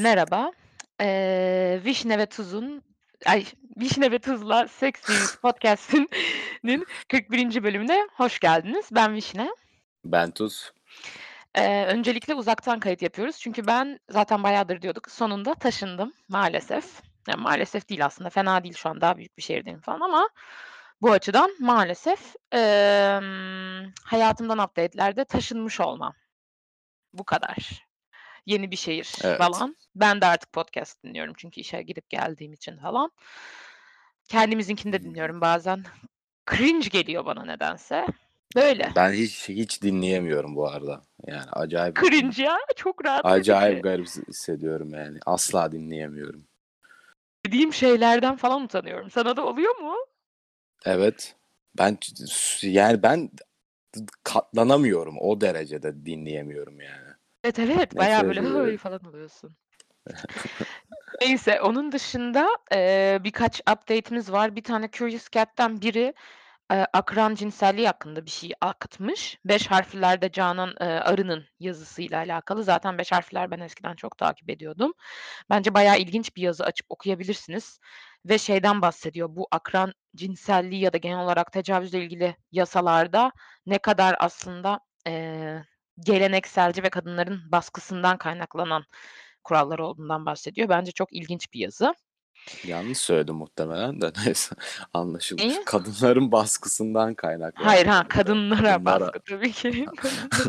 Merhaba. Vişne ve Tuz'un ay, Vişne ve Tuz'la Seks Series Podcast'inin 41. bölümüne hoş geldiniz. Ben Vişne. Ben Tuz. Öncelikle uzaktan kayıt yapıyoruz çünkü ben zaten bayağıdır diyorduk, sonunda taşındım maalesef. Ya, maalesef değil aslında, fena değil şu an daha büyük bir şehirdeyim falan ama bu açıdan maalesef, hayatımdan update'lerde taşınmış olmam. Bu kadar. Yeni bir şehir Evet. falan. Ben de artık podcast dinliyorum çünkü işe gidip geldiğim için falan. Kendimizinkini de Hımm. dinliyorum bazen. Cringe geliyor bana nedense. Böyle. Ben hiç dinleyemiyorum bu arada. Yani Cringe ya, çok rahatsız acayip edici. garip hissediyorum yani. Asla dinleyemiyorum. Dediğim şeylerden falan utanıyorum. Sana da oluyor mu? Evet. Ben katlanamıyorum. O derecede dinleyemiyorum yani. Evet, evet. Bayağı Nefret böyle "Hıy" ediyorum. falan oluyorsun. Neyse, onun dışında, birkaç update'imiz var. Bir tane Curious Cat'ten biri, akran cinselliği hakkında bir şey akıtmış. 5 harflerde Canan, Arı'nın yazısıyla alakalı. Zaten 5 harfler ben eskiden çok takip ediyordum. Bence bayağı ilginç bir yazı, açıp okuyabilirsiniz ve şeyden bahsediyor, bu akran cinselliği ya da genel olarak tecavüzle ilgili yasalarda ne kadar aslında, gelenekselci ve kadınların baskısından kaynaklanan kurallar olduğundan bahsediyor. Bence çok ilginç bir yazı. Yanlış söyledim muhtemelen de neyse anlaşılmış. Neyi? Kadınların baskısından Hayır, kaynaklanan ha, dedim de kadınlara kadınlara. baskı tabii ki. Kadınlara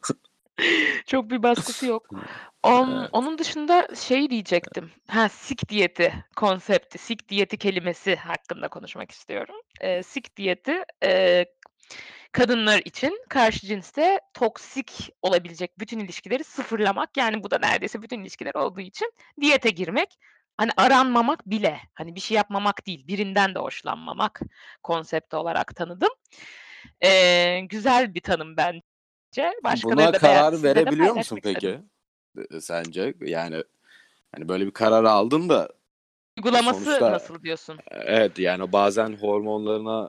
çok bir baskısı yok. Evet. Onun dışında şey diyecektim. Ha, sik diyeti konsepti, sik diyeti kelimesi hakkında konuşmak istiyorum. Sik diyeti, kadınlar için karşı cinste toksik olabilecek bütün ilişkileri sıfırlamak. Yani bu da neredeyse bütün ilişkiler olduğu için diyete girmek. Hani aranmamak bile, hani bir şey yapmamak değil, birinden de hoşlanmamak konsepti olarak tanıdım. Güzel bir tanım bence. Başkaları Buna da beğendi. karar Sizinle de verebiliyor musun paylaşmak istedim. peki? Sence? Yani, hani, böyle bir karar aldın da Uygulaması sonuçta nasıl diyorsun? evet, yani, bazen hormonlarına,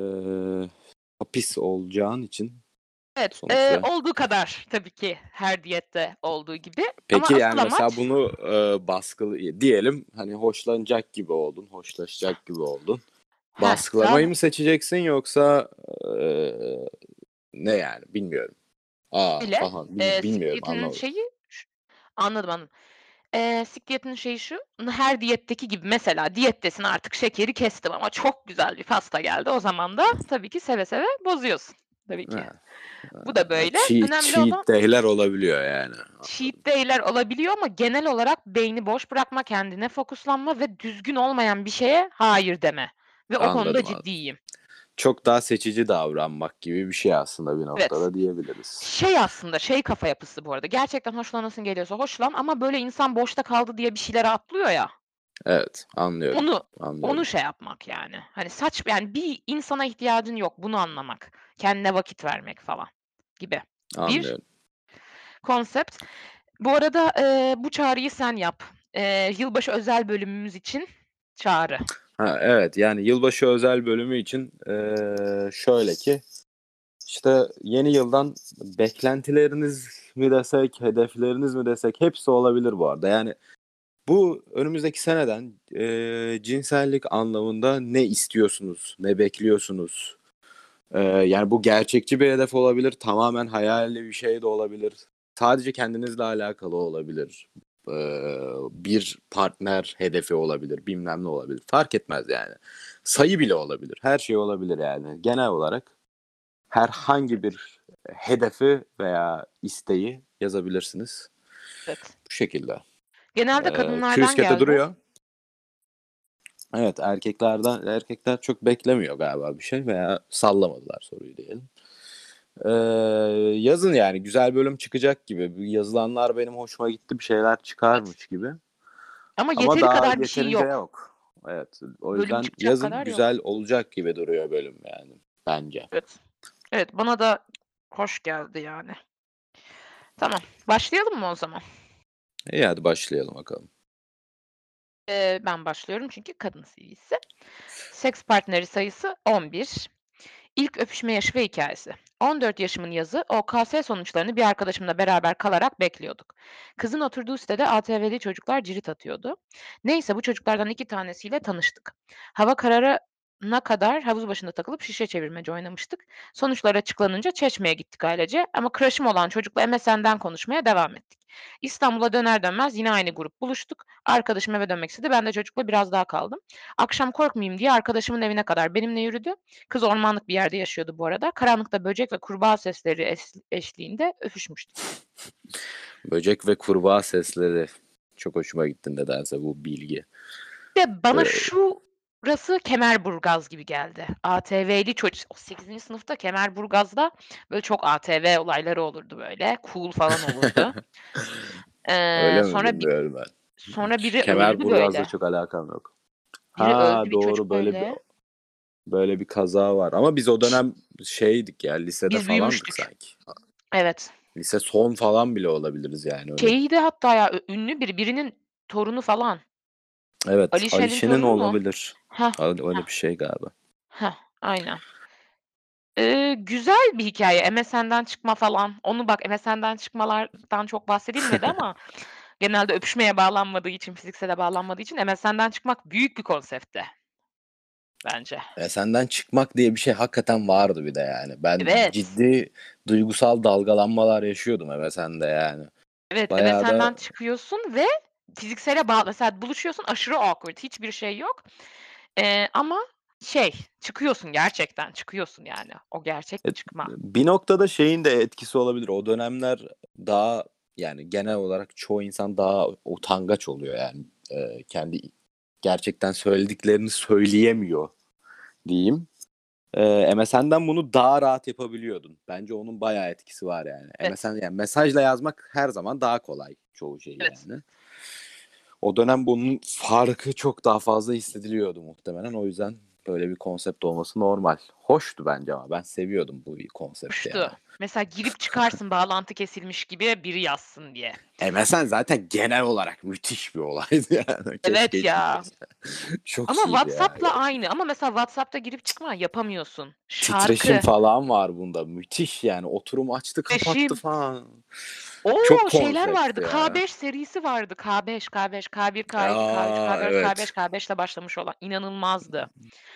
hapis olacağın için Evet, sonuçta. olduğu kadar tabii ki her diyette olduğu gibi ama Peki, asıl yani, mesela amaç. bunu, diyelim, hani, hoşlanacak gibi oldun, hoşlaşacak gibi oldun. Heh, Baskılamayı tam mı seçeceksin yoksa, eee, ne yani bilmiyorum. öyle. Falan Sik bilmiyorum diyetinin anlamadım. şeyi anladım, anladım. Sik diyetinin şeyi şu, her diyetteki gibi mesela diyettesin artık şekeri kestim ama çok güzel bir pasta geldi. O zaman da tabii ki seve seve bozuyorsun tabii ki. Ha, Bu da böyle. Önemli olan cheat day'ler olabiliyor yani. Anladım, cheat day'ler olabiliyor ama genel olarak beyni boş bırakma, kendine fokuslanma ve düzgün olmayan bir şeye hayır deme ve o konuda anladım. ciddiyim. Çok daha seçici davranmak gibi bir şey aslında bir Evet. noktada diyebiliriz. Şey aslında, şey kafa yapısı bu arada, gerçekten hoşlanasın geliyorsa hoşlan ama böyle insan boşta kaldı diye bir şeylere atlıyor ya, Evet, anlıyorum, onu onu anlıyorum, şey yapmak yani. Hani yani bir insana ihtiyacın yok, bunu anlamak. Kendine vakit vermek falan gibi bir anlıyorum. konsept. Bu arada, bu çağrıyı sen yap. Yılbaşı özel bölümümüz için çağrı. Ha, evet, yani yılbaşı özel bölümü için, şöyle ki, işte, yeni yıldan beklentileriniz mi desek, hedefleriniz mi desek hepsi olabilir bu arada. Yani bu önümüzdeki seneden, cinsellik anlamında ne istiyorsunuz, ne bekliyorsunuz? Yani, bu gerçekçi bir hedef olabilir, tamamen hayali bir şey de olabilir. Sadece kendinizle alakalı olabilir. Bir partner hedefi olabilir, bilmem ne olabilir. Fark etmez yani. Sayı bile olabilir, her şey olabilir yani. Genel olarak herhangi Evet, bir hedefi veya isteği yazabilirsiniz. evet. Bu şekilde. Genelde Curious kadınlardan Cat'te geldi. duruyor. Evet, erkekler çok beklemiyor galiba bir şey veya sallamadılar soruyu diyelim. Eee, yazın yani güzel bölüm çıkacak gibi. Bu yazılanlar benim hoşuma gitti. Bir şeyler Evet. çıkarmış gibi. Ama Ama yeteri daha kadar bir şey yeterince yok. yok. Evet, o Bölüm yüzden çıkacak yazın kadar yok. güzel olacak gibi duruyor bölüm yani bence. Evet. Evet, bana da hoş geldi yani. Tamam, başlayalım mı o zaman? İyi hadi başlayalım bakalım. Ben başlıyorum çünkü kadın CV'si. Seks partneri sayısı 11. İlk öpüşme yaşı ve hikâyesi. 14 yaşımın yazı OKS sonuçlarını bir arkadaşımla beraber kalarak bekliyorduk. Kızın oturduğu sitede ATV'li çocuklar cirit atıyordu. Neyse bu çocuklardan 2 tanesiyle tanıştık. Hava kararına kadar havuz başında takılıp şişe çevirmece oynamıştık. Sonuçlar açıklanınca Çeşme'ye gittik ailece ama crush'ım olan çocukla MSN'den konuşmaya devam ettik. İstanbul'a döner dönmez yine aynı grup buluştuk. Arkadaşım eve dönmek istedi. Ben de çocukla biraz daha kaldım. Akşam korkmayayım diye arkadaşımın evine kadar benimle yürüdü. Kız ormanlık bir yerde yaşıyordu bu arada. Karanlıkta böcek ve kurbağa sesleri eşliğinde öpüşmüştük. Böcek ve kurbağa sesleri. Çok hoşuma gitti nedense bu bilgi. Bir de bana Ee, şurası Kemerburgaz gibi geldi. ATV'li çocuk. O 8. sınıfta Kemerburgaz'da böyle çok ATV olayları olurdu böyle. Cool falan olurdu. Öyle mi Sonra bilmiyorum ben. sonra Hiç biri öldü Kemerburgaz'la böyle. çok alakam yok. Biri Ha öldü bir doğru çocuk böyle bir böyle. böyle bir kaza var. Ama biz o dönem şeydik ya lisede Biz falandık büyümüştük. sanki. Evet. Lise son falan bile olabiliriz yani öyle. Şeydi hatta ya ünlü birinin torunu falan. Evet, Ali Şen'in Alişe'nin torunu mu? olabilir. Heh, Öyle heh, bir şey galiba. heh, aynen. Güzel bir hikâye, MSN'den çıkma falan. Onu bak MSN'den çıkmalardan çok bahsedilmedi ama genelde öpüşmeye bağlanmadığı için, fiziksele bağlanmadığı için MSN'den çıkmak büyük bir konseptti bence. Senden çıkmak diye bir şey hakikaten vardı bir de yani. Ben Evet, ciddi duygusal dalgalanmalar yaşıyordum MSN'de yani. evet, Bayağı MSN'den da çıkıyorsun ve fiziksele mesela buluşuyorsun, aşırı awkward, hiçbir şey yok. Ama çıkıyorsun gerçekten çıkıyorsun yani. O gerçek e, bir çıkma. bir noktada şeyin de etkisi olabilir. O dönemler daha yani genel olarak çoğu insan daha utangaç oluyor yani. Kendi gerçekten söylediklerini söyleyemiyor diyeyim. MSN'den bunu daha rahat yapabiliyordun. Bence onun bayağı etkisi var yani. Evet, MSN yani mesajla yazmak her zaman daha kolay çoğu şeyi evet. yani. O dönem bunun farkı çok daha fazla hissediliyordu muhtemelen. O yüzden böyle bir konsept olması normal. Hoştu bence ama ben seviyordum bu konsepti Hoştu. yani. Mesela girip çıkarsın bağlantı kesilmiş gibi biri yazsın diye. MSN zaten genel olarak müthiş bir olaydı yani. Keşke Evet hiç ya. bitmese. Çok Ama iyiydi ya WhatsApp'la gerçekten. aynı ama mesela WhatsApp'ta girip çıkma yapamıyorsun. Titreşim Şarkı, falan var bunda. Müthiş yani. Oturum açtı kapattı resim. falan. Çok Şeyler vardı. konsept ya. K5 serisi vardı. K5, K5, K1, K2, K3, Aa K4, K5, evet. K5 ile başlamış olan. İnanılmazdı.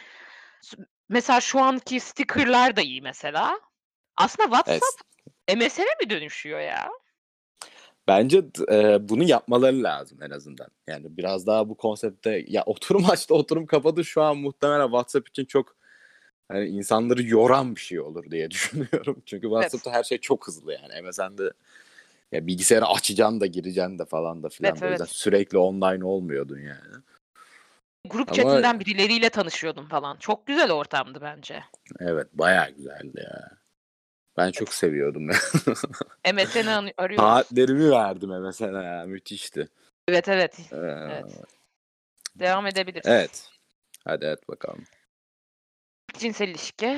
Mesela şu anki sticker'lar da iyi mesela. Aslında WhatsApp Evet. MSN'e mi dönüşüyor ya? Bence bunu yapmaları lazım en azından. Yani biraz daha bu konsepte ya oturum açtı oturum kapadı şu an muhtemelen WhatsApp için çok hani insanları yoran bir şey olur diye düşünüyorum. Çünkü Evet. WhatsApp'ta her şey çok hızlı yani. MSN'de ya bilgisayarı açacaksın da gireceksin de falan da Evet, filan da. O yüzden evet. sürekli online olmuyordun yani. Grup Ama chat'inden birileriyle tanışıyordum falan. Çok güzel ortamdı bence. evet bayağı güzeldi ya. Ben çok Evet. seviyordum ya. MSN'i arıyoruz. Saatlerimi verdim mesela ya. Müthişti. Evet, evet. Evet. Ee, Devam edebiliriz. evet. Hadi et bakalım. Cinsel ilişki.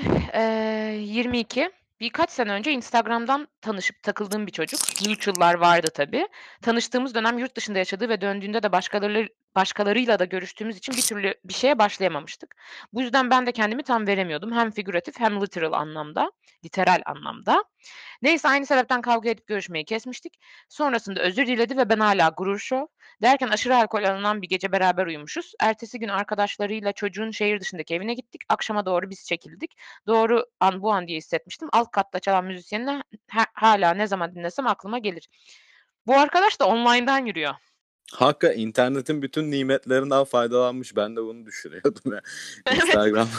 22. Birkaç sene önce Instagram'dan tanışıp takıldığım bir çocuk. Mutual'lar vardı tabii. Tanıştığımız dönem yurt dışında yaşadığı ve döndüğünde de başkalarıyla da görüştüğümüz için bir türlü bir şeye başlayamamıştık. Bu yüzden ben de kendimi tam veremiyordum. Hem figüratif hem literal anlamda. Neyse aynı sebepten kavga edip görüşmeyi kesmiştik. Sonrasında özür diledi ve ben hâlâ gurur şov. Derken aşırı alkol alınan bir gece beraber uyumuşuz. Ertesi gün arkadaşlarıyla çocuğun şehir dışındaki evine gittik. Akşama doğru biz çekildik. Doğru an bu an diye hissetmiştim. Alt katta çalan müzisyeni hâlâ ne zaman dinlesem aklıma gelir. Bu arkadaş da online'dan yürüyor. Hakikaten internetin bütün nimetlerinden faydalanmış. Ben de bunu düşünüyordum ya. Evet. Instagram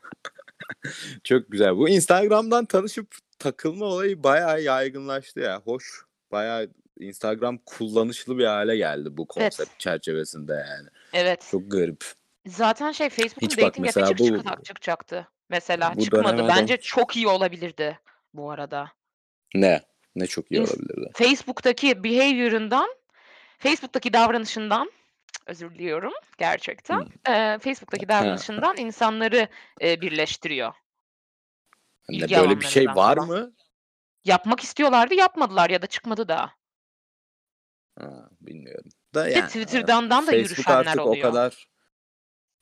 çok güzel. Bu Instagram'dan tanışıp takılma olayı bayağı yaygınlaştı ya. Hoş. Bayağı Instagram kullanışlı bir hale geldi bu Evet. konsept çerçevesinde yani. Evet. Çok garip. Zaten Facebook'un Hiç bak dating app'e mesela çıkacaktı mesela. bu Çıkmadı. döneme denk Bence çok iyi olabilirdi bu arada. ne? Ne çok iyi Ins olabilirdi. Facebook'taki behavior'ından, Facebook'taki davranışından, özür diliyorum gerçekten, Hımm. Facebook'taki Ha, ha. davranışından insanları, birleştiriyor, Hani ilgi böyle bir şey alanlarından var falan. mı? Yapmak istiyorlardı, yapmadılar ya da çıkmadı daha. Ha, bilmiyorum. Da Bir de yani Twitter'dan da Facebook yürüşenler artık o oluyor. kadar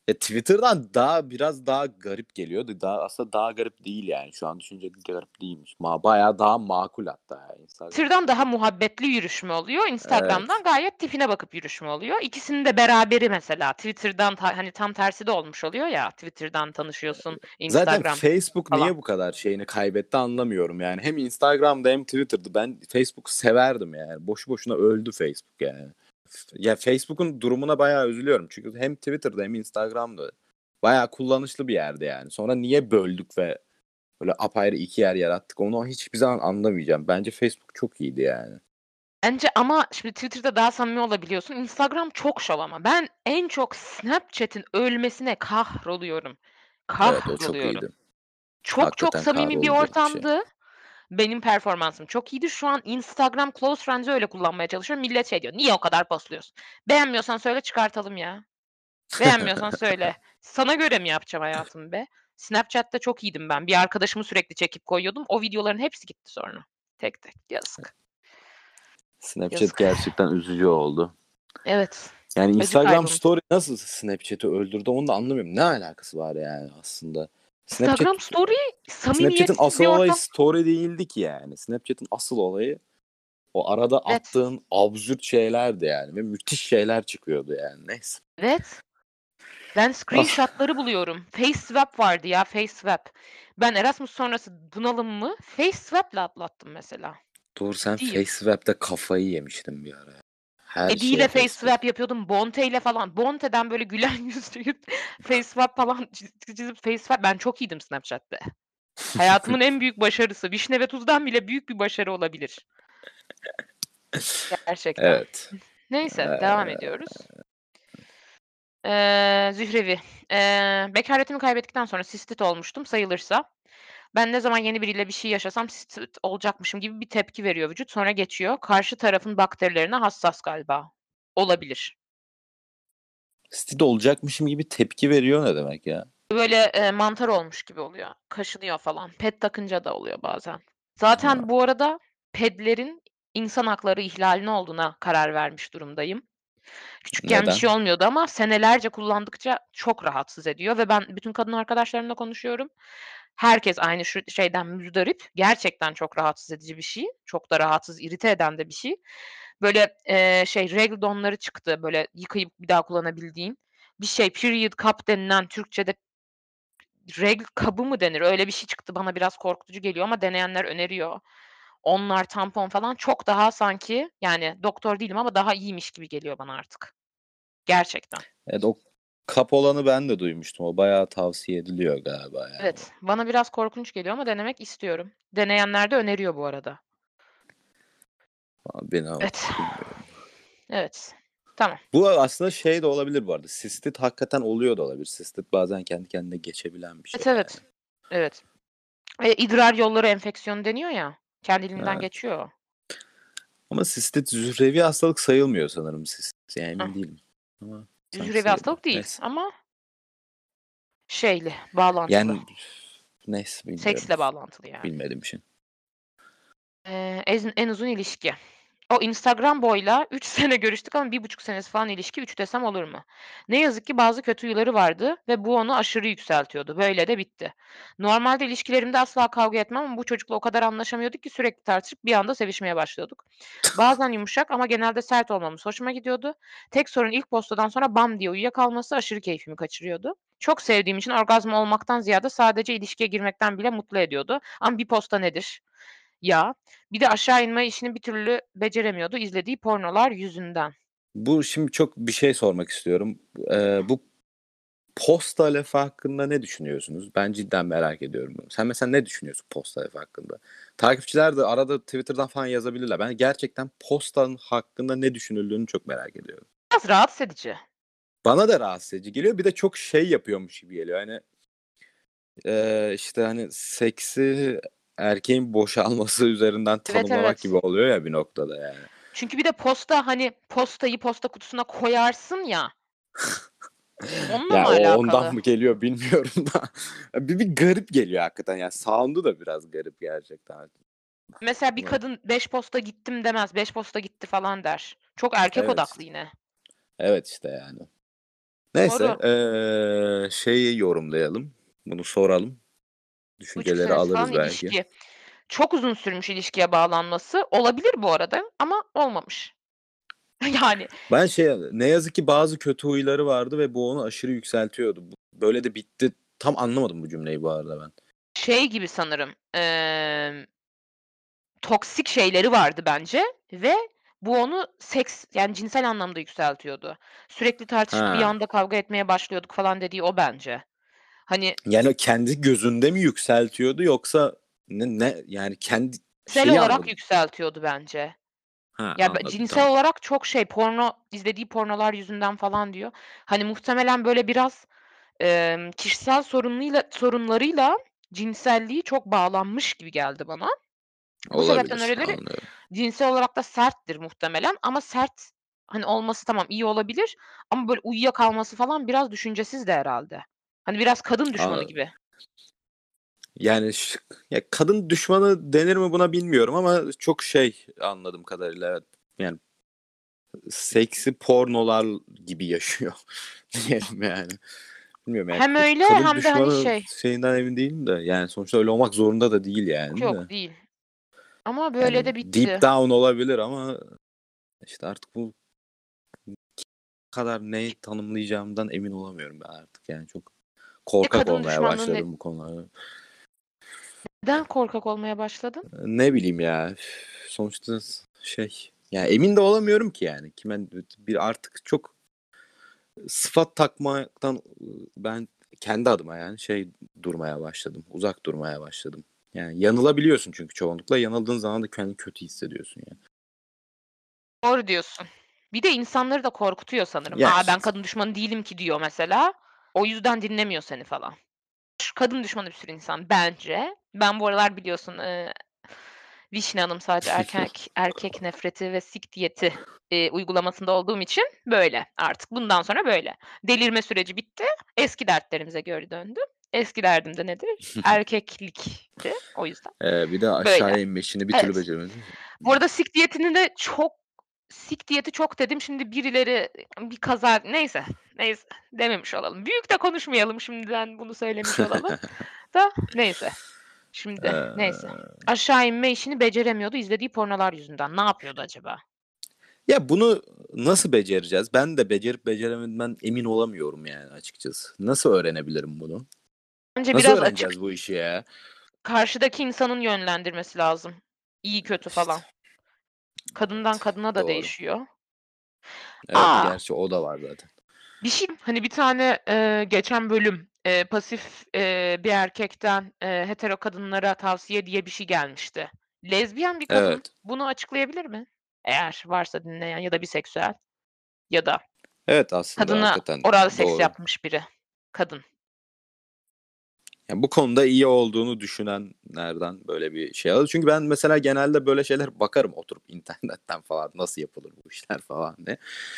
Twitter'dan biraz daha garip geliyordu. Aslında daha garip değil yani. Şu an düşünce garip değilmiş. Bayağı daha makul hatta ya Instagram'dan. Twitter'dan daha muhabbetli yürüyüş mü oluyor? Instagram'dan Evet. gayet tipine bakıp yürüyüş mü oluyor? İkisinin de beraberi mesela. Twitter'dan hani tam tersi de olmuş oluyor ya. Twitter'dan tanışıyorsun, Zaten Instagram Facebook falan. niye bu kadar şeyini kaybetti anlamıyorum yani. Hem Instagram'da hem Twitter'da ben Facebook'u severdim yani. Boşu boşuna öldü Facebook yani. Ya Facebook'un durumuna bayağı üzülüyorum. Çünkü hem Twitter'da hem Instagram'da bayağı kullanışlı bir yerdi yani. Sonra niye böldük ve böyle apayrı iki yer yarattık onu hiçbir zaman anlamayacağım. Bence Facebook çok iyiydi yani. Bence ama şimdi Twitter'da daha samimi olabiliyorsun. Instagram çok şov ama. Ben en çok Snapchat'in ölmesine kahroluyorum. Evet o çok Kahroluyorum. iyiydi. Çok çok Hakikaten samimi bir kahrolacak bir şey. ortamdı. Benim performansım çok iyiydi. Şu an Instagram Close Friends'i öyle kullanmaya çalışıyorum. Millet şey diyor, "Niye o kadar postluyorsun?" Beğenmiyorsan söyle çıkartalım ya. Beğenmiyorsan söyle. Sana göre mi yapacağım hayatımı be? Snapchat'te çok iyiydim ben. Bir arkadaşımı sürekli çekip koyuyordum. O videoların hepsi gitti sonra. Tek tek. Yazık. Snapchat Yazık. gerçekten üzücü oldu. Evet. Yani Acı Instagram kaybımız. Story nasıl Snapchat'i öldürdü onu da anlamıyorum. Ne alakası var yani aslında? Snapchat Instagram Story Snapchat'in samimiyetsiz asıl bir olayı ortam. story değildi ki yani. Snapchat'in asıl olayı o arada Evet. attığın absürt şeylerdi yani ve müthiş şeyler çıkıyordu yani. Neyse. Evet. Ben Ah, screenshot'ları buluyorum. FaceSwap vardı ya, FaceSwap. Ben Erasmus sonrası bunalımımı FaceSwap'la atlattım mesela. doğru sen Ciddiyim. FaceSwap'ta kafayı yemiştin bir ara. Her şeye Edi'yle FaceSwap. FaceSwap yapıyordum. Bonte'yle falan. Bonte'den böyle gülen yüzlü FaceSwap falan çizip FaceSwap. Ben çok iyiydim Snapchat'te. Hayatımın en büyük başarısı. Vişne ve tuzdan bile büyük bir başarı olabilir. Gerçekten. Evet. Neyse, devam Ee, ediyoruz. Zührevi. Bekaretimi kaybettikten sonra sistit olmuştum sayılırsa. Ben ne zaman yeni biriyle bir şey yaşasam sistit olacakmışım gibi bir tepki veriyor vücut. Sonra geçiyor. Karşı tarafın bakterilerine hassas galiba. Olabilir. Stil olacakmışım gibi tepki veriyor ne demek ya? Böyle, mantar olmuş gibi oluyor. Kaşınıyor falan. Ped takınca da oluyor bazen. Ha, Zaten bu arada pedlerin insan hakları ihlaline olduğuna karar vermiş durumdayım. Küçükken bir şey neden? olmuyordu ama senelerce kullandıkça çok rahatsız ediyor ve ben bütün kadın arkadaşlarımla konuşuyorum. Herkes aynı şu şeyden muzdarip. Gerçekten çok rahatsız edici bir şey. Çok da rahatsız, irite eden de bir şey. Böyle, regl donları çıktı, böyle yıkayıp bir daha kullanabildiğin. Bir şey, period cup denilen Türkçe'de regl kabı mı denir? Öyle bir şey çıktı. Bana biraz korkutucu geliyor ama deneyenler öneriyor. Onlar, tampon falan çok daha sanki, yani doktor değilim ama daha iyiymiş gibi geliyor bana artık. Gerçekten. Evet o kap olanı ben de duymuştum. O bayağı tavsiye ediliyor galiba yani. Evet, bana biraz korkunç geliyor ama denemek istiyorum. Deneyenler de öneriyor bu arada. Beni Evet, bilmiyorum. evet. Tamam. Bu aslında şey de olabilir bu arada. Sistit hakikaten oluyor da olabilir. Sistit bazen kendi kendine geçebilen bir şey Evet, yani. evet. Evet. İdrar yolları enfeksiyonu deniyor ya, kendiliğinden Evet. geçiyor o. Ama sistit zührevi hastalık sayılmıyor sanırım sistit. Yani Hah, emin değilim. Ama sanki hücrevi sayılıyor. hastalık değil Neyse. ama şeyli, bağlantılı. Yani neyse bilmiyorum. Seksle bağlantılı yani. Bilmediğim bir şey. En uzun ilişki. O Instagram boy'la 3 sene görüştük ama 1,5 senesi falan ilişki, 3 desem olur mu? Ne yazık ki bazı kötü huyları vardı ve bu onu aşırı yükseltiyordu. Böyle de bitti. Normalde ilişkilerimde asla kavga etmem ama bu çocukla o kadar anlaşamıyorduk ki sürekli tartışıp bir anda sevişmeye başlıyorduk. Bazen yumuşak ama genelde sert olmamız hoşuma gidiyordu. Tek sorun ilk postadan sonra bam diye uyuyakalması aşırı keyfimi kaçırıyordu. Çok sevdiğim için orgazm olmaktan ziyade sadece ilişkiye girmekten bile mutlu ediyordu. Ama bir posta nedir? Ya, bir de aşağı inme işini bir türlü beceremiyordu izlediği pornolar yüzünden. Bu şimdi çok bir şey sormak istiyorum. Bu posta lafı hakkında ne düşünüyorsunuz? Ben cidden merak ediyorum bunu. Sen mesela ne düşünüyorsun posta lafı hakkında? Takipçiler de arada Twitter'dan falan yazabilirler. Ben gerçekten postanın hakkında ne düşünüldüğünü çok merak ediyorum. Biraz rahatsız edici. Bana da rahatsız edici geliyor. Bir de çok şey yapıyormuş gibi geliyor. Hani işte hani seksi erkeğin boşalması üzerinden Evet, tanımlamak evet. gibi oluyor ya bir noktada yani. Çünkü bir de posta, hani, postayı posta kutusuna koyarsın ya, onunla mı Ya o ondan alakalı? mı geliyor bilmiyorum da. Bir garip geliyor hakikaten. Yani sound'u da biraz garip gerçekten. Mesela bir Ama kadın 5 posta gittim demez, 5 posta gitti falan der. Çok erkek evet odaklı işte. yine. Evet işte yani. Neyse, Doğru. şeyi yorumlayalım. Bunu soralım. 3 Düşünceleri senesi falan alırız belki. ilişki. Çok uzun sürmüş ilişkiye bağlanması. Olabilir bu arada ama olmamış. Yani Ben ne yazık ki bazı kötü huyları vardı ve bu onu aşırı yükseltiyordu. Böyle de bitti. Tam anlamadım bu cümleyi bu arada ben. şey gibi sanırım, toksik şeyleri vardı bence ve bu onu yani cinsel anlamda yükseltiyordu. Sürekli tartışıp bir Ha. anda kavga etmeye başlıyorduk falan dediği o bence. Hani Yani o kendi gözünde mi yükseltiyordu yoksa yani kendi cinsel şeyi olarak anladım. yükseltiyordu bence. Ha, Ya, anladım, cinsel tamam. olarak çok izlediği pornolar yüzünden falan diyor. Hani, muhtemelen böyle biraz, kişisel sorunlarıyla cinselliği çok bağlanmış gibi geldi bana. Bu sebepten Olabilir, öyleleri anlıyorum. cinsel olarak da serttir muhtemelen ama sert, hani, olması tamam iyi olabilir ama böyle uyuyakalması falan biraz düşüncesiz de herhâlde. Hani, biraz kadın düşmanı Anladım. gibi. Yani ya kadın düşmanı denir mi buna bilmiyorum ama çok anladığım kadarıyla evet. Yani seksi pornolar gibi yaşıyor diyelim yani. Bilmiyorum yani Hem öyle kadın hem de, hani, düşmanı şeyinden emin değilim de yani sonuçta öyle olmak zorunda da değil yok, yani de. yok değil ama böyle Yani de deep bitti. down olabilir ama işte artık bu kadar neyi tanımlayacağımdan emin olamıyorum ben artık yani çok korkak Kadın olmaya düşmanlığı başladım bu konularda. neden korkak olmaya başladın? Ne bileyim ya sonuçta yani emin de olamıyorum ki yani kime bir artık çok sıfat takmaktan ben kendi adıma yani durmaya başladım. Uzak durmaya başladım. Yani yanılabiliyorsun çünkü çoğunlukla. Yanıldığın zaman da kendini kötü hissediyorsun yani. Doğru diyorsun. Bir de insanları da korkutuyor sanırım. Ya Ben işte. kadın düşmanı değilim ki." diyor mesela. O yüzden dinlemiyor seni falan. Kadın düşmanı bir sürü insan bence. Ben bu aralar biliyorsun, Vişne Hanım sadece erkek nefreti ve sik diyeti, uygulamasında olduğum için böyle. Artık bundan sonra böyle. Delirme süreci bitti. Eski dertlerimize geri döndüm. Eski derdim de nedir? Erkeklikti. O yüzden Bir de böyle. aşağıya inmişini bir türlü Evet. beceremediniz ya. Bu arada sik diyeti çok dedim. Şimdi birileri bir kaza neyse dememiş olalım. Büyük de konuşmayalım şimdiden bunu söylemiş olalım da neyse. Şimdi neyse. Eee, Aşağı inme işini beceremiyordu izlediği pornolar yüzünden. Ne yapıyordu acaba? ya bunu nasıl becereceğiz? Ben de becerip beceremediğimden emin olamıyorum yani açıkçası. Nasıl öğrenebilirim bunu? Bence Nasıl biraz açık öğreneceğiz bu işi ya? karşıdaki insanın yönlendirmesi lazım. İyi kötü İşte. falan. Kadından Evet. kadına da Doğru. değişiyor. Evet, A! gerçi o da var zaten. Hani, bir tane, geçen bölüm, pasif, bir erkekten, hetero kadınlara tavsiye diye bir şey gelmişti. Lezbiyen bir kadın Evet. bunu açıklayabilir mi? Eğer varsa dinleyen ya da biseksüel ya da Evet, aslında kadına hakikaten oral seks doğru. yapmış biri. Kadın. Yani bu konuda iyi olduğunu düşünenlerden böyle bir şey alır. Çünkü ben mesela genelde böyle şeyler bakarım oturup internetten falan nasıl yapılır bu işler falan diye.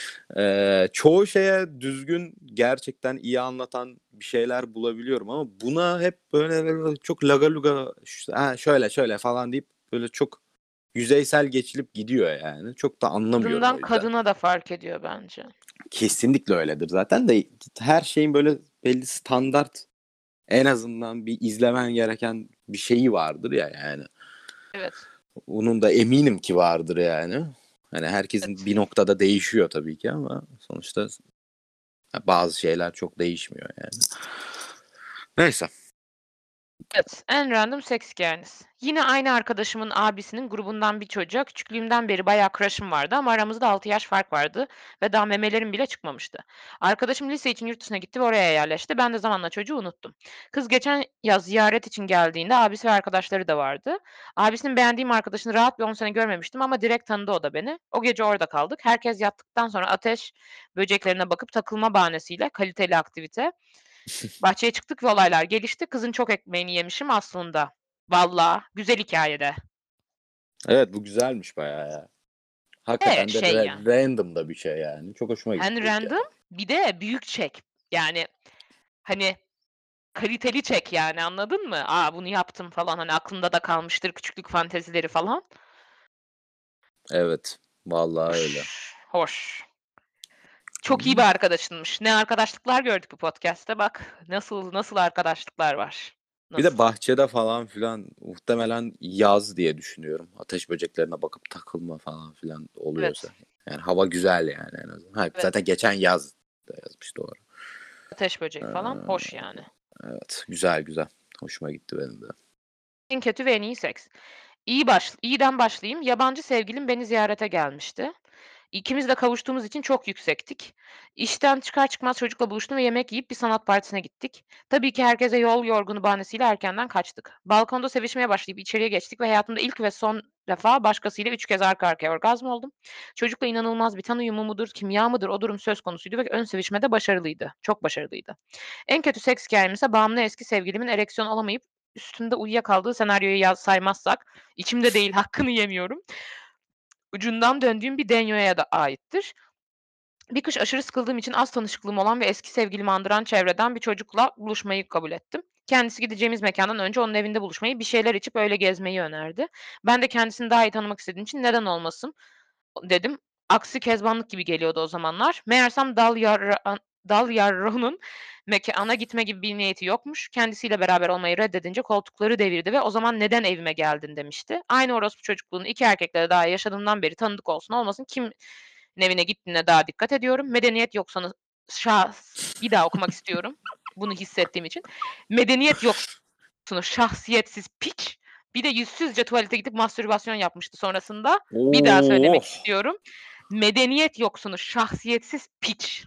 Çoğu şeye düzgün gerçekten iyi anlatan bir şeyler bulabiliyorum ama buna hep böyle çok lagaluga şöyle şöyle falan deyip böyle çok yüzeysel geçilip gidiyor yani. Çok da anlamıyorum o Kadından yüzden. kadına da fark ediyor bence. Kesinlikle öyledir zaten de her şeyin böyle belli standart en azından bir izlemen gereken bir şeyi vardır ya yani. Evet, Onun da eminim ki vardır yani. Hani herkesin evet. bir noktada değişiyor tabii ki ama sonuçta bazı şeyler çok değişmiyor yani. Neyse. Evet, en random seks hikâyeniz. Yine aynı arkadaşımın abisinin grubundan bir çocuğa küçüklüğümden beri bayağı crush'ım vardı ama aramızda 6 yaş fark vardı ve daha memelerim bile çıkmamıştı. Arkadaşım lise için yurt dışına gitti ve oraya yerleşti. Ben de zamanla çocuğu unuttum. Kız geçen yaz ziyaret için geldiğinde abisi ve arkadaşları da vardı. Abisinin beğendiğim arkadaşını rahat bir 10 sene görmemiştim ama direkt tanıdı o da beni. O gece orada kaldık. Herkes yattıktan sonra ateş böceklerine bakıp takılma bahanesiyle kaliteli aktivite. Bahçeye çıktık ve olaylar gelişti. Kızın çok ekmeğini yemişim aslında. Valla güzel hikâye de. Evet, bu güzelmiş bayağı ya. Hakikaten de Yani, random da bir şey yani. Çok hoşuma gitti hem bu random hikaye. bir de büyük çek. Yani, hani, kaliteli çek yani anladın mı? Bunu yaptım falan, hani, aklında da kalmıştır küçüklük fantezileri falan. Evet. Vallahi öyle. Hoş. Çok iyi bir arkadaşınmış. Ne arkadaşlıklar gördük bu podcast'te bak. Nasıl arkadaşlıklar var. Bir de Nasıl? bahçede falan filan muhtemelen yaz diye düşünüyorum. Ateş böceklerine bakıp takılma falan filan oluyorsa. Evet. Yani hava güzel yani en azından. Ha, zaten Evet. geçen yaz da yazmış, doğru. Ateş böcek falan. Hoş Ee, yani. evet, güzel güzel. Hoşuma gitti benim de. En kötü ve en iyi seks. İyiden başlayayım. Yabancı sevgilim beni ziyarete gelmişti. İkimiz de kavuştuğumuz için çok yüksektik. İşten çıkar çıkmaz çocukla buluştum ve yemek yiyip bir sanat partisine gittik. Tabii ki herkese yol yorgunu bahanesiyle erkenden kaçtık. Balkonda sevişmeye başlayıp içeriye geçtik ve hayatımda ilk ve son defa başkasıyla 3 kez arka arkaya orgazm oldum. Çocukla inanılmaz bir tan uyumu mudur, kimya mıdır o durum söz konusuydu ve ön sevişmede başarılıydı. Çok başarılıydı. En kötü seks hikâyem ise bağımlı eski sevgilimin ereksiyon alamayıp üstümde uyuyakaldığı senaryoyu saymazsak, içimde değil hakkını yemiyorum, ucundan döndüğüm bir denyoya da aittir. Bir kış aşırı sıkıldığım için az tanışıklığım olan ve eski sevgilimi andıran çevreden bir çocukla buluşmayı kabul ettim. Kendisi gideceğimiz mekândan önce onun evinde buluşmayı, bir şeyler içip öyle gezmeyi önerdi. Ben de kendisini daha iyi tanımak istediğim için neden olmasın dedim. Aksi kezbanlık gibi geliyordu o zamanlar. Meğersem dal yarrağının mekâna gitme gibi bir niyeti yokmuş. Kendisiyle beraber olmayı reddedince koltukları devirdi ve "O zaman neden evime geldin?" demişti. Aynı orospu çocukluğunu 2 erkekle daha yaşadığımdan beri tanıdık olsun olmasın kimin evine gittiğine daha dikkat ediyorum. Medeniyet yoksanız bir daha okumak istiyorum bunu hissettiğim için. Medeniyet yoksunuz şahsiyetsiz piç. Bir de yüzsüzce tuvalete gidip mastürbasyon yapmıştı sonrasında. Bir daha Oo, söylemek istiyorum. Medeniyet yoksunu, şahsiyetsiz piç.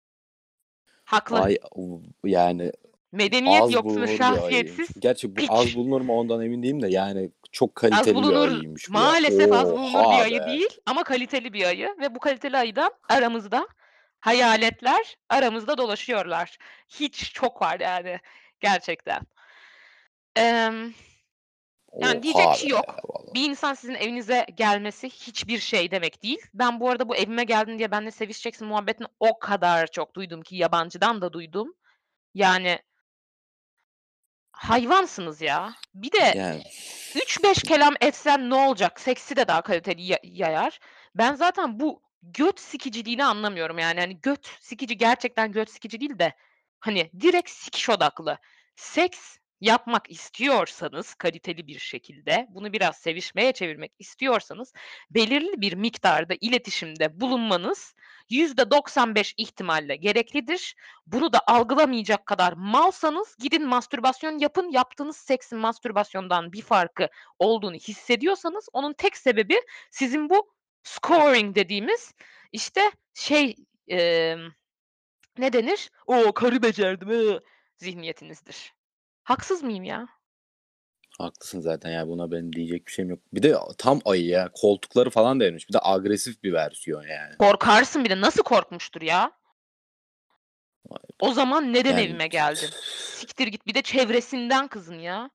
Haklı. ay yani Medeniyet az yoksunu, bulunur bir ayıymış. şahsiyetsiz Gerçi bu az piç. bulunur mu ondan emin değilim de yani çok Az kaliteli bir bulunur, ayıymış bu ya. maalesef az bulunur bir Oha ayı be. değil ama kaliteli bir ayı ve bu kaliteli ayıdan aramızda hayaletler aramızda dolaşıyorlar. Hiç çok var yani gerçekten. Emm, yani diyecek bir Oha şey be yok. valla. Bir insan sizin evinize gelmesi hiçbir şey demek değil. Ben bu arada bu evime geldin diye benimle sevişeceksin muhabbetini o kadar çok duydum ki yabancıdan da duydum. Yani hayvansınız ya. Bir de Yani 3-5 kelam etsen ne olacak? Seksi de daha kaliteli yayar. Ben zaten bu göt sikiciliğini anlamıyorum yani. Hani göt sikici gerçekten göt sikici değil de hani direkt sikiş odaklı. Seks yapmak istiyorsanız kaliteli bir şekilde, bunu biraz sevişmeye çevirmek istiyorsanız belirli bir miktarda iletişimde bulunmanız %95 ihtimalle gereklidir. Bunu da algılamayacak kadar malsanız gidin mastürbasyon yapın. Yaptığınız seksin mastürbasyondan bir farkı olduğunu hissediyorsanız onun tek sebebi sizin bu scoring dediğimiz, işte, şey, emm, ne denir? "O, karı becerdim, zihniyetinizdir. Haksız mıyım ya? haklısın zaten ya, buna benim diyecek bir şeyim yok. Bir de tam ayı ya. Koltukları falan devrilmiş. Bir de agresif bir versiyon yani. Korkarsın bir de. Nasıl korkmuştur ya? O zaman neden Yani evime geldin? Siktir git. Bir de çevresinden kızın ya.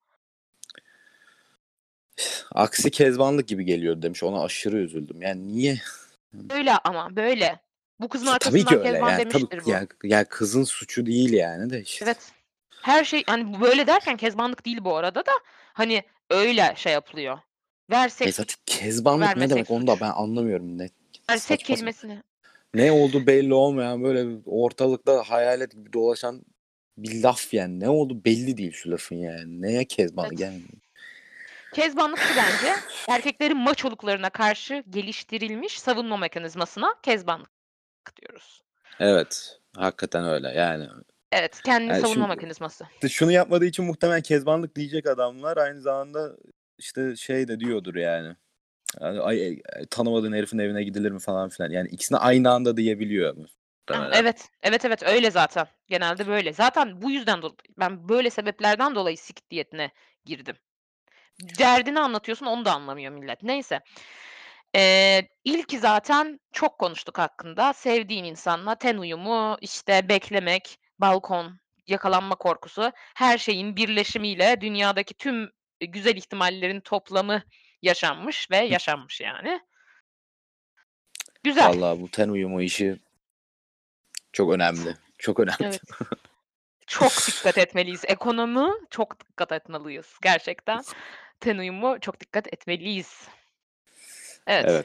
aksi kezbanlık gibi geliyor demiş. Ona aşırı üzüldüm. Yani niye? Böyle ama, böyle. Bu kızın Tabii ki arkasından öyle. kezban Yani tabii demiştir bu. yani kızın suçu değil yani de işte. Evet. Her şey, hani, bu böyle derken kezbanlık değil bu arada da, hani, öyle şey yapılıyor. Hayır Versek suç, zaten kezbanlık ne vermesek demek onu da suç. ben anlamıyorum. Ne Versek saçma sapan. kelimesini. Ne oldu belli olmayan böyle ortalıkta hayalet gibi dolaşan bir laf yani. Ne oldu belli değil şu lafın yani. Neye kezbanlık Evet. yani. Kezbanlık şu bence, erkeklerin maçoluklarına karşı geliştirilmiş savunma mekanizmasına kezbanlık diyoruz. Evet. Hakikaten öyle yani. Evet, kendini Yani savunma şimdi mekanizması. şunu yapmadığı için muhtemelen kezbanlık diyecek adamlar aynı zamanda işte şey de diyordur yani. Yani, ay, tanımadığın herifin evine gidilir mi falan filan. Yani ikisini aynı anda diyebiliyor muhtemelen. Evet, evet, evet, öyle zaten. Genelde böyle. Zaten bu yüzden ben böyle sebeplerden dolayı sikit diyetine girdim. Derdini anlatıyorsun, onu da anlamıyor millet. Neyse. İlki zaten çok konuştuk hakkında. Sevdiğin insanla ten uyumu, işte, beklemek, balkon, yakalanma korkusu, her şeyin birleşimiyle dünyadaki tüm, güzel ihtimallerin toplamı yaşanmış ve yaşanmış yani. Güzel. Vallahi bu ten uyumu işi çok önemli. Çok önemli. Evet. Çok dikkat etmeliyiz. Ekonomi çok dikkat etmeliyiz gerçekten. Ten uyumu çok dikkat etmeliyiz. Evet. Evet.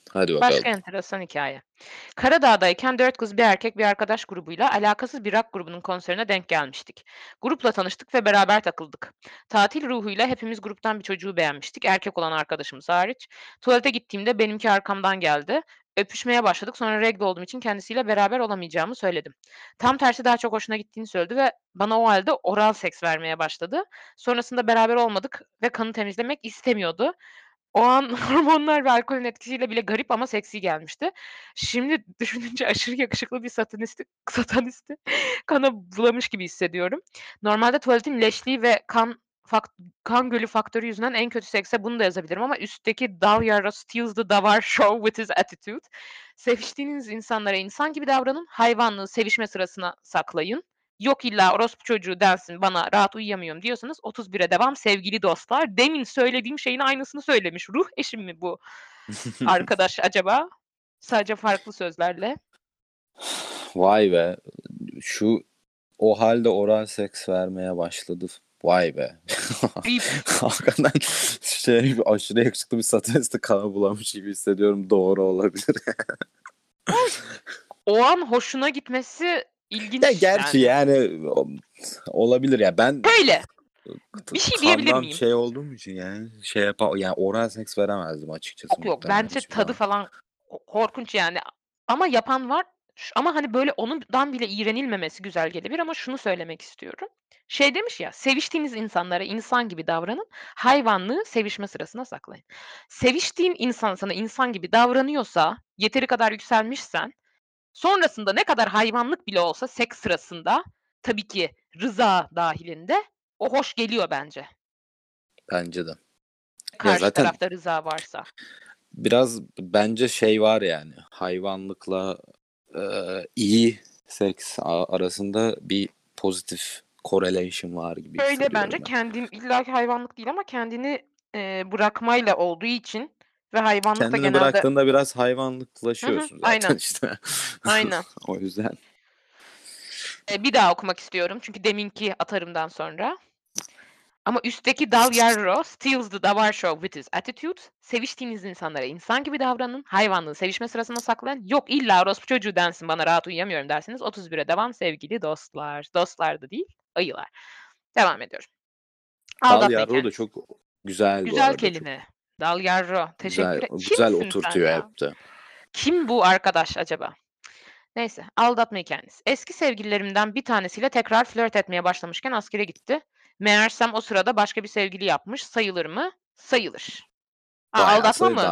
Hadi Başka bakalım. enteresan hikâye. Karadağ'dayken 4 kız bir erkek bir arkadaş grubuyla alakasız bir rock grubunun konserine denk gelmiştik. Grupla tanıştık ve beraber takıldık. Tatil ruhuyla hepimiz gruptan bir çocuğu beğenmiştik, erkek olan arkadaşımız hariç. Tuvalete gittiğimde benimki arkamdan geldi. Öpüşmeye başladık. Sonra regle olduğum için kendisiyle beraber olamayacağımı söyledim. Tam tersi daha çok hoşuna gittiğini söyledi ve bana o halde oral seks vermeye başladı. Sonrasında beraber olmadık ve kanı temizlemek istemiyordu. O an hormonlar ve alkolün etkisiyle bile garip ama seksi gelmişti. Şimdi düşününce aşırı yakışıklı bir satanisti kana bulamış gibi hissediyorum. Normalde tuvaletin leşliği ve kan gölü faktörü yüzünden en kötü sekse bunu da yazabilirim ama üstteki "Dal Yarra steals the davar show with his attitude." Seviştiğiniz insanlara insan gibi davranın, hayvanlığı sevişme sırasına saklayın. Yok illa orospu çocuğu densin, bana rahat uyuyamıyorum diyorsanız 31'e devam sevgili dostlar. Demin söylediğim şeyin aynısını söylemiş. Ruh eşim mi bu arkadaş acaba? Sadece farklı sözlerle. Vay be. Şu o halde oral seks vermeye başladı. Vay be. Bip. Hakikaten aşırı yakışıklı bir satanisti kana bulamış gibi hissediyorum. Doğru olabilir. O an hoşuna gitmesi Ya ilginç gerçi yani. yani olabilir ya. Ben Şöyle, bir şey diyebilir kandan miyim? şey olduğum için yani yani oral seks veremezdim açıkçası Yok, yok. muhtemelen Bence hiçbir tadı zaman. falan korkunç yani. Ama yapan var. Ama, hani, böyle ondan bile iğrenilmemesi güzel gelebilir ama şunu söylemek istiyorum. Şey demiş ya, "Seviştiğiniz insanlara insan gibi davranın, hayvanlığı sevişme sırasına saklayın." Seviştiğin insan sana insan gibi davranıyorsa, yeteri kadar yükselmişsen, sonrasında ne kadar hayvanlık bile olsa seks sırasında, tabii ki rıza dâhilinde, o hoş geliyor bence. Bence de. Ya Karşı zaten tarafta rıza varsa. biraz bence şey var yani hayvanlıkla iyi seks arasında bir pozitif correlation var gibi Şöyle hissediyorum bence ben. illaki hayvanlık değil ama kendini, bırakmayla olduğu için ve hayvanlık da Kendini genelde. bıraktığında biraz Hı hı, hayvanlıklaşıyorsun zaten aynen, işte. aynen. O yüzden. Bir daha okumak istiyorum çünkü deminki atarımdan sonra. Ama üstteki Dal Yarro steals the davar show with his attitude. Seviştiğiniz insanlara insan gibi davranın. Hayvanlığı sevişme sırasında saklayın. Yok illa orospu çocuğu densin bana rahat uyuyamıyorum derseniz 31'e devam sevgili dostlar. Dostlar da değil, ayılar. Devam ediyorum. Dal Aldatma Yarro da hikâyesi. çok güzel bu Güzel arada çok kelime. Dal Yarro. güzel Teşekkür güzel Kimsin sen oturtuyor ya? hep de. Kim bu arkadaş acaba? Neyse, aldatma hikâyesi. Eski sevgililerimden bir tanesiyle tekrar flört etmeye başlamışken askere gitti. Meğersem o sırada başka bir sevgili yapmış. Sayılır mı? Sayılır. Bayağı Aldatma sayı mı?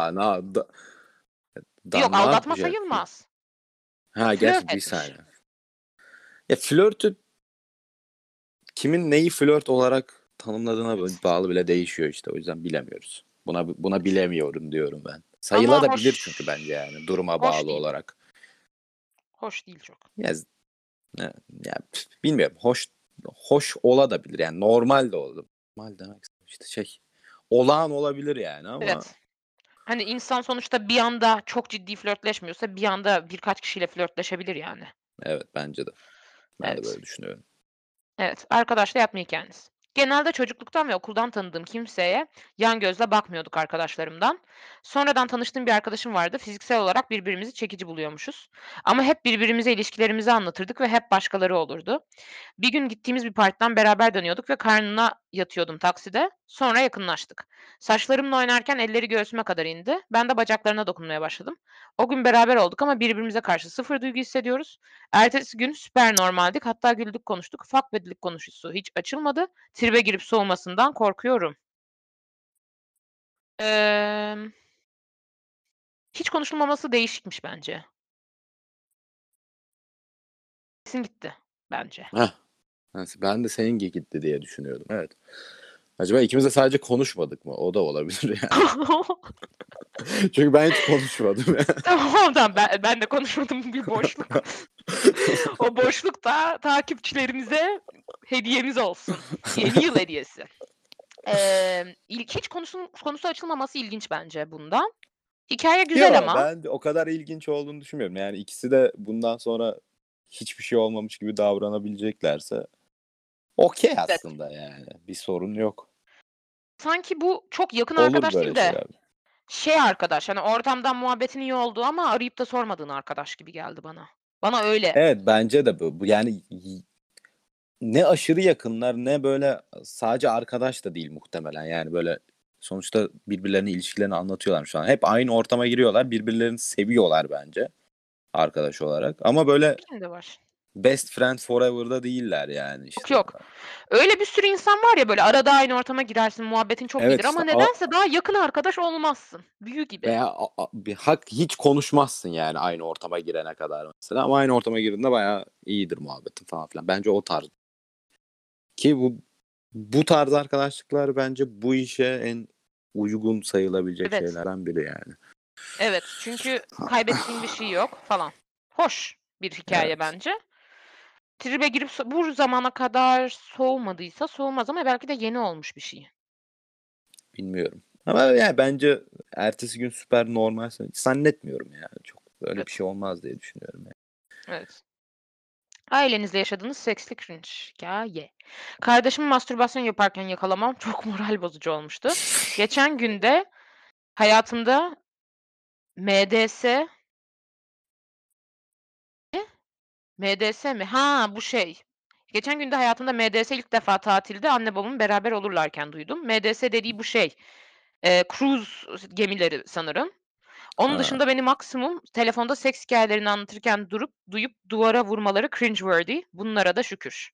daha Yok, ne aldatma yapacak ki? sayılmaz. Ha Flört gerçi bir etmiş. saniye. Ya flörtü kimin neyi flört olarak tanımladığına Evet. bağlı bile değişiyor işte. O yüzden bilemiyoruz. Buna Evet. bilemiyorum diyorum ben. Ama Sayılabilir çünkü bence yani duruma hoş bağlı değil. olarak. Hoş değil çok. Ya, bilmiyorum. Hoş olabilir yani normal de olur. Normal demek işte olağan olabilir yani ama Evet. Hani, insan sonuçta bir anda çok ciddi flörtleşmiyorsa bir anda birkaç kişiyle flörtleşebilir yani. evet bence de. Ben de Evet. böyle düşünüyorum. Evet, arkadaşla yapma hikâyeniz. Genelde çocukluktan ve okuldan tanıdığım kimseye yan gözle bakmıyorduk arkadaşlarımdan. Sonradan tanıştığım bir arkadaşım vardı. Fiziksel olarak birbirimizi çekici buluyormuşuz. Ama hep birbirimize ilişkilerimizi anlatırdık ve hep başkaları olurdu. Bir gün gittiğimiz bir partiden beraber dönüyorduk ve karnına yatıyordum takside. Sonra yakınlaştık. Saçlarımla oynarken elleri göğsüme kadar indi. Ben de bacaklarına dokunmaya başladım. O gün beraber olduk ama birbirimize karşı sıfır duygu hissediyoruz. Ertesi gün süper normaldik. Hatta güldük konuştuk. Ufak bir dilek konuşusu hiç açılmadı. Tribe girip soğumasından korkuyorum. Emm, Hiç konuşulmaması değişikmiş bence. Kesin gitti bence. Heh. Ben de senin gitti diye düşünüyordum. Evet. Acaba ikimiz de sadece konuşmadık mı? O da olabilir yani. Çünkü ben hiç konuşmadım. Tamam, tamam. Ben de konuşmadım bir boşluk. O boşluk da takipçilerimize hediyemiz olsun. Yeni yıl hediyesi. Hiç konusu açılmaması ilginç bence bunda. Hikâye güzel Yo, ama. ben o kadar ilginç olduğunu düşünmüyorum. Yani ikisi de bundan sonra hiçbir şey olmamış gibi davranabileceklerse okey Evet. aslında yani. Bir sorun yok. Sanki bu çok yakın Olur arkadaş böyle değil de şeyler. Şey arkadaş, hani, ortamdan muhabbetin iyi olduğu ama arayıp da sormadığın arkadaş gibi geldi bana. Bana öyle. Evet, bence de bu. Yani ne aşırı yakınlar ne böyle sadece arkadaş da değil muhtemelen. Yani böyle sonuçta birbirlerine ilişkilerini anlatıyorlar şu an. Hep aynı ortama giriyorlar. Birbirlerini seviyorlar bence arkadaş olarak. Ama böyle Benim de var. best friend forever'da değiller yani Yok, işte. yok. Öyle bir sürü insan var ya, böyle, arada aynı ortama girersin, muhabbetin çok Evet iyidir işte ama nedense daha yakın arkadaş olmazsın. Büyü gibi. veya hiç konuşmazsın yani aynı ortama girene kadar mesela. Ama aynı ortama girdiğinde bayağı iyidir muhabbetin falan filan. Bence o tarz. Ki bu tarz arkadaşlıklar bence bu işe en uygun sayılabilecek Evet, şeylerden biri yani. evet. Çünkü kaybettiğin bir şey yok falan. Hoş bir hikâye Evet. bence. Tribe girip bu zamana kadar soğumadıysa soğumaz ama belki de yeni olmuş bir şey. Bilmiyorum. Ama yani bence ertesi gün süper normal zannetmiyorum ya. Çok böyle bir Evet, şey olmaz diye düşünüyorum yani. evet. Ailenizle yaşadığınız seksli cringe hikâye. Kardeşimi mastürbasyon yaparken yakalamam çok moral bozucu olmuştu. Geçen gün de hayatımda MDS MDS mi? Ha, bu şey. Geçen gün de hayatımda MDS ilk defa tatilde anne babamın beraber olurlarken duydum. MDS dediği bu şey, cruise gemileri sanırım. Onun Ha. dışında beni maksimum telefonda seks hikâyelerini anlatırken duyup duvara vurmaları cringeworthy. Bunlara da şükür.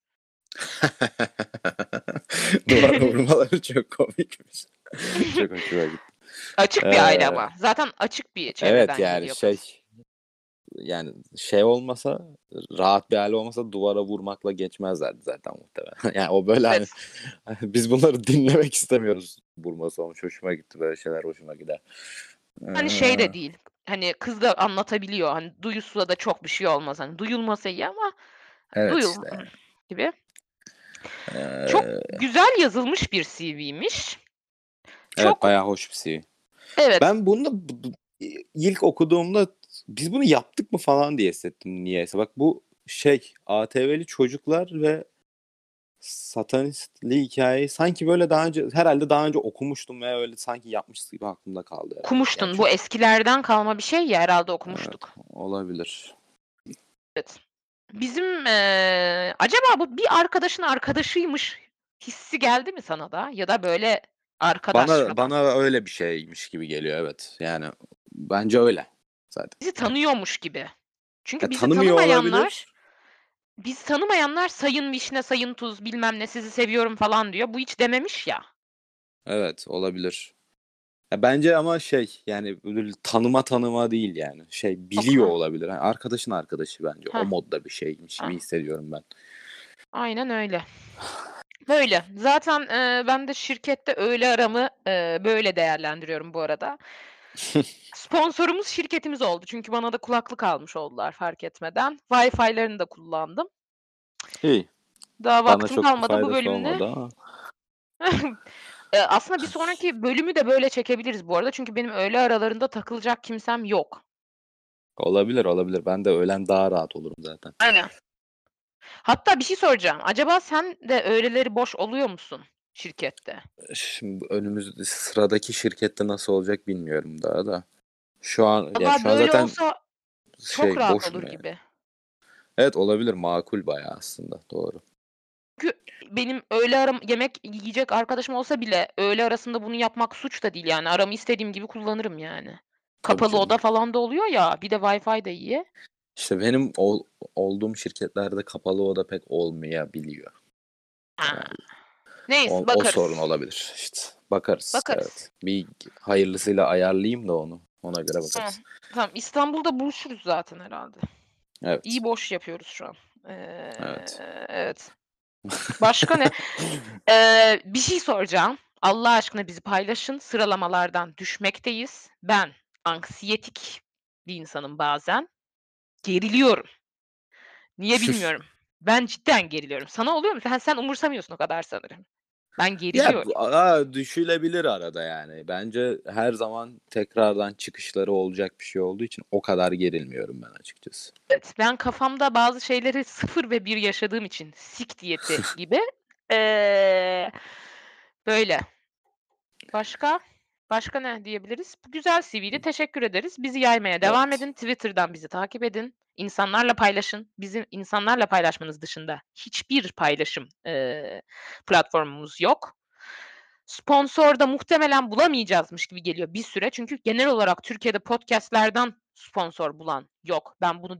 Duvara vurmaları çok komikmiş. Çok hoşuma gitti. Açık bir aile Ee, ama. Zaten açık bir evet çevreden yani geliyor kız. yani şey olmasa rahat bir aile olmasa duvara vurmakla geçmezlerdi zaten muhtemelen. Yani o böyle hani Evet. biz bunları dinlemek istemiyoruz vurması olmuş. Hoşuma gitti böyle şeyler hoşuma gider. Hani şey Ee, de değil, hani kız da anlatabiliyor. Hani duyusuyla da çok bir şey olmaz. Hani duyulmasa iyi ama evet duyul işte yani. gibi. Çok Ee, güzel yazılmış bir CV'ymiş. evet Çok bayağı hoş bir şey. evet, Ben bunu da ilk okuduğumda biz bunu yaptık mı falan diye hissettim niyeyse. Bak bu şey ATV'li çocuklar ve satanistli hikayeyi sanki böyle herhalde daha önce okumuştum ve öyle sanki yapmışız gibi aklımda kaldı herhalde. Yani okumuştun. Bu çünkü eskilerden kalma bir şey ya, herhâlde evet okumuştuk. olabilir. Evet. Bizim, acaba bu bir arkadaşın arkadaşıymış hissi geldi mi sana da? Ya da böyle arkadaş falan. Bana öyle bir şeymiş gibi geliyor evet. Yani bence öyle zaten. Bizi tanıyormuş gibi. Çünkü Tanımıyor olabilir. bizi tanımayanlar sayın vişne, sayın tuz, bilmem ne, sizi seviyorum falan diyor. Bu hiç dememiş ya. Evet olabilir. Bence ama yani böyle tanıma değil yani. Biliyor Yok. olabilir. Yani arkadaşın arkadaşı bence. O Heh, modda bir şeymiş gibi heh. hissediyorum ben. Aynen öyle. Böyle. Zaten, ben de şirkette öğle aramı, böyle değerlendiriyorum bu arada. Sponsorumuz şirketimiz oldu. Çünkü bana da kulaklık almış oldular fark etmeden. Wi-Fi'lerini de kullandım. İyi. Daha Bana vaktim çok bir kalmadı bu faydası bölümde. olmadı ama. Aslında bir sonraki bölümü de böyle çekebiliriz bu arada. Çünkü benim öğle aralarında takılacak kimsem yok. Olabilir olabilir. Ben de öğlen daha rahat olurum zaten. Aynen. Hatta bir şey soracağım. Acaba sen de öğleleri boş oluyor musun şirkette? Şimdi önümüzde sıradaki şirkette nasıl olacak bilmiyorum daha da. Yani Valla şu an böyle zaten olsa çok rahat olur boşum yani. gibi. Evet olabilir makul bayağı aslında doğru. Çünkü benim öğle yemek yiyecek arkadaşım olsa bile öğle arasında bunu yapmak suç da değil yani. Aramı istediğim gibi kullanırım yani. Tabii Kapalı canım. oda falan da oluyor ya. Bir de Wi-Fi de iyi. İşte benim olduğum şirketlerde kapalı oda pek olmayabiliyor. Ha. Genelde. Neyse O sorun bakarız. olabilir işte. Bakarız Bakarız. evet. Bir hayırlısıyla ayarlayayım da onu. Ona göre Tamam. bakarız. Tamam. İstanbul'da buluşuruz zaten herhalde. Evet. İyi boş yapıyoruz şu an. Evet. Evet. Başka ne? Bir şey soracağım. Allah aşkına bizi paylaşın. Sıralamalardan düşmekteyiz. Ben anksiyetik bir insanım bazen. Geriliyorum. Niye bilmiyorum. Ben cidden geriliyorum. Sana oluyor mu? Sen umursamıyorsun o kadar sanırım. Ben Ya geriliyorum. düşülebilir arada yani. Bence her zaman tekrardan çıkışları olacak bir şey olduğu için o kadar gerilmiyorum ben açıkçası. Evet, ben kafamda bazı şeyleri 0 ve 1 yaşadığım için sik diyeti gibi, eee, böyle. Başka? Başka ne diyebiliriz? Bu güzel CV'di. Teşekkür ederiz. Bizi yaymaya devam Evet. edin. Twitter'dan bizi takip edin. İnsanlarla paylaşın. Bizim insanlarla paylaşmanız dışında hiçbir paylaşım, platformumuz yok. Sponsor da muhtemelen bulamayacağızmış gibi geliyor bir süre. Çünkü genel olarak Türkiye'de podcast'lerden sponsor bulan yok. Ben bunu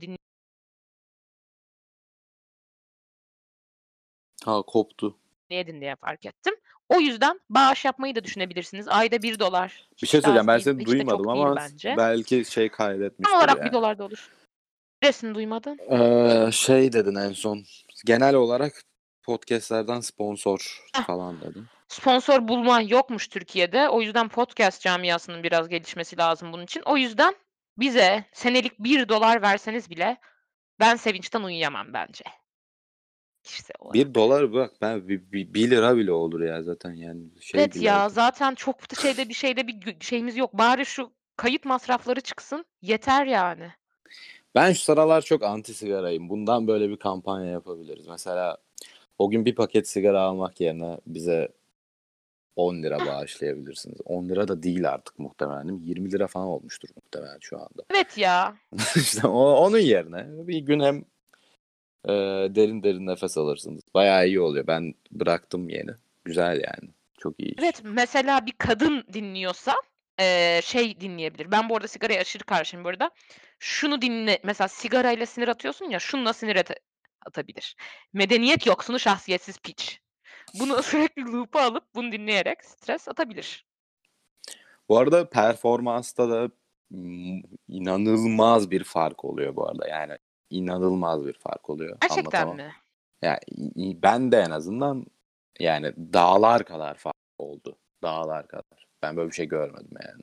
Ha, koptu. dinleye fark ettim. O yüzden bağış yapmayı da düşünebilirsiniz. Ayda $1 Bir şey hiç de söyleyeceğim. az Ben değil, seni hiç de duymadım çok değil ama bence. belki şey Tam kaydetmiştir olarak yani. $1 da olur. Neresini duymadın? Şey dedin en son. Genel olarak podcastlerden sponsor Heh. falan dedin. Sponsor bulma yokmuş Türkiye'de. O yüzden podcast camiasının biraz gelişmesi lazım bunun için. O yüzden bize senelik $1 verseniz bile ben sevinçten uyuyamam bence. Kişisel olarak. $1 bak, ben 1 lira bile olur ya zaten, yani şey Evet bile ya, olur. zaten çok da şeyde bir şeyimiz yok. Bari şu kayıt masrafları çıksın, yeter yani. Ben şu sıralar çok anti sigarayım. Bundan böyle bir kampanya yapabiliriz. Mesela o gün bir paket sigara almak yerine bize 10 lira bağışlayabilirsiniz. 10 lira da değil artık muhtemelen. 20 lira falan olmuştur muhtemelen şu anda. Evet ya. İşte onun yerine bir gün hem derin derin nefes alırsınız. Bayağı iyi oluyor. Ben bıraktım yeni. Güzel yani. Çok iyi iş. Evet, mesela bir kadın dinliyorsa şey dinleyebilir. Ben bu arada sigaraya aşırı karşıyım bu arada. Şunu dinle, mesela sigarayla sinir atıyorsun ya, şununla sinir atabilir. Medeniyet yoksunu şahsiyetsiz piç. Bunu sürekli loop'a alıp bunu dinleyerek stres atabilir. Bu arada performansta da inanılmaz bir fark oluyor bu arada. Yani inanılmaz bir fark oluyor. Gerçekten Anlatamam. mi? Yani ben de en azından yani dağlar kadar fark oldu. Dağlar kadar. Ben böyle bir şey görmedim yani.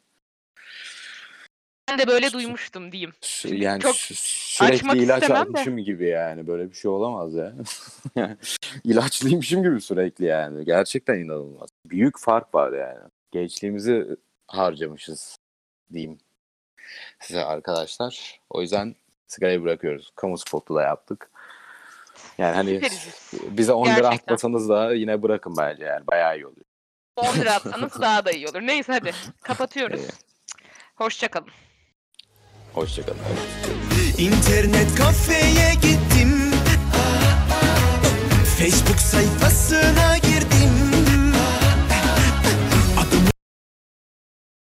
Ben de böyle duymuştum diyeyim. Şimdi Yani çok sürekli açmak ilaç istemem de. almışım gibi yani. Böyle bir şey olamaz ya. Yani İlaçlıymışım gibi sürekli yani. Gerçekten inanılmaz. Büyük fark var yani. Gençliğimizi harcamışız diyeyim size arkadaşlar. O yüzden sigarayı bırakıyoruz. Kamu spotu da yaptık. Yani hani Süperiz biz. bize 10 lira Gerçekten. atmasanız da yine bırakın bence yani. Bayağı iyi oluyor. 10 lira atsanız daha da iyi olur. Neyse hadi kapatıyoruz. Hoşça kalın. Hoşçakalın. İnternet kafeye git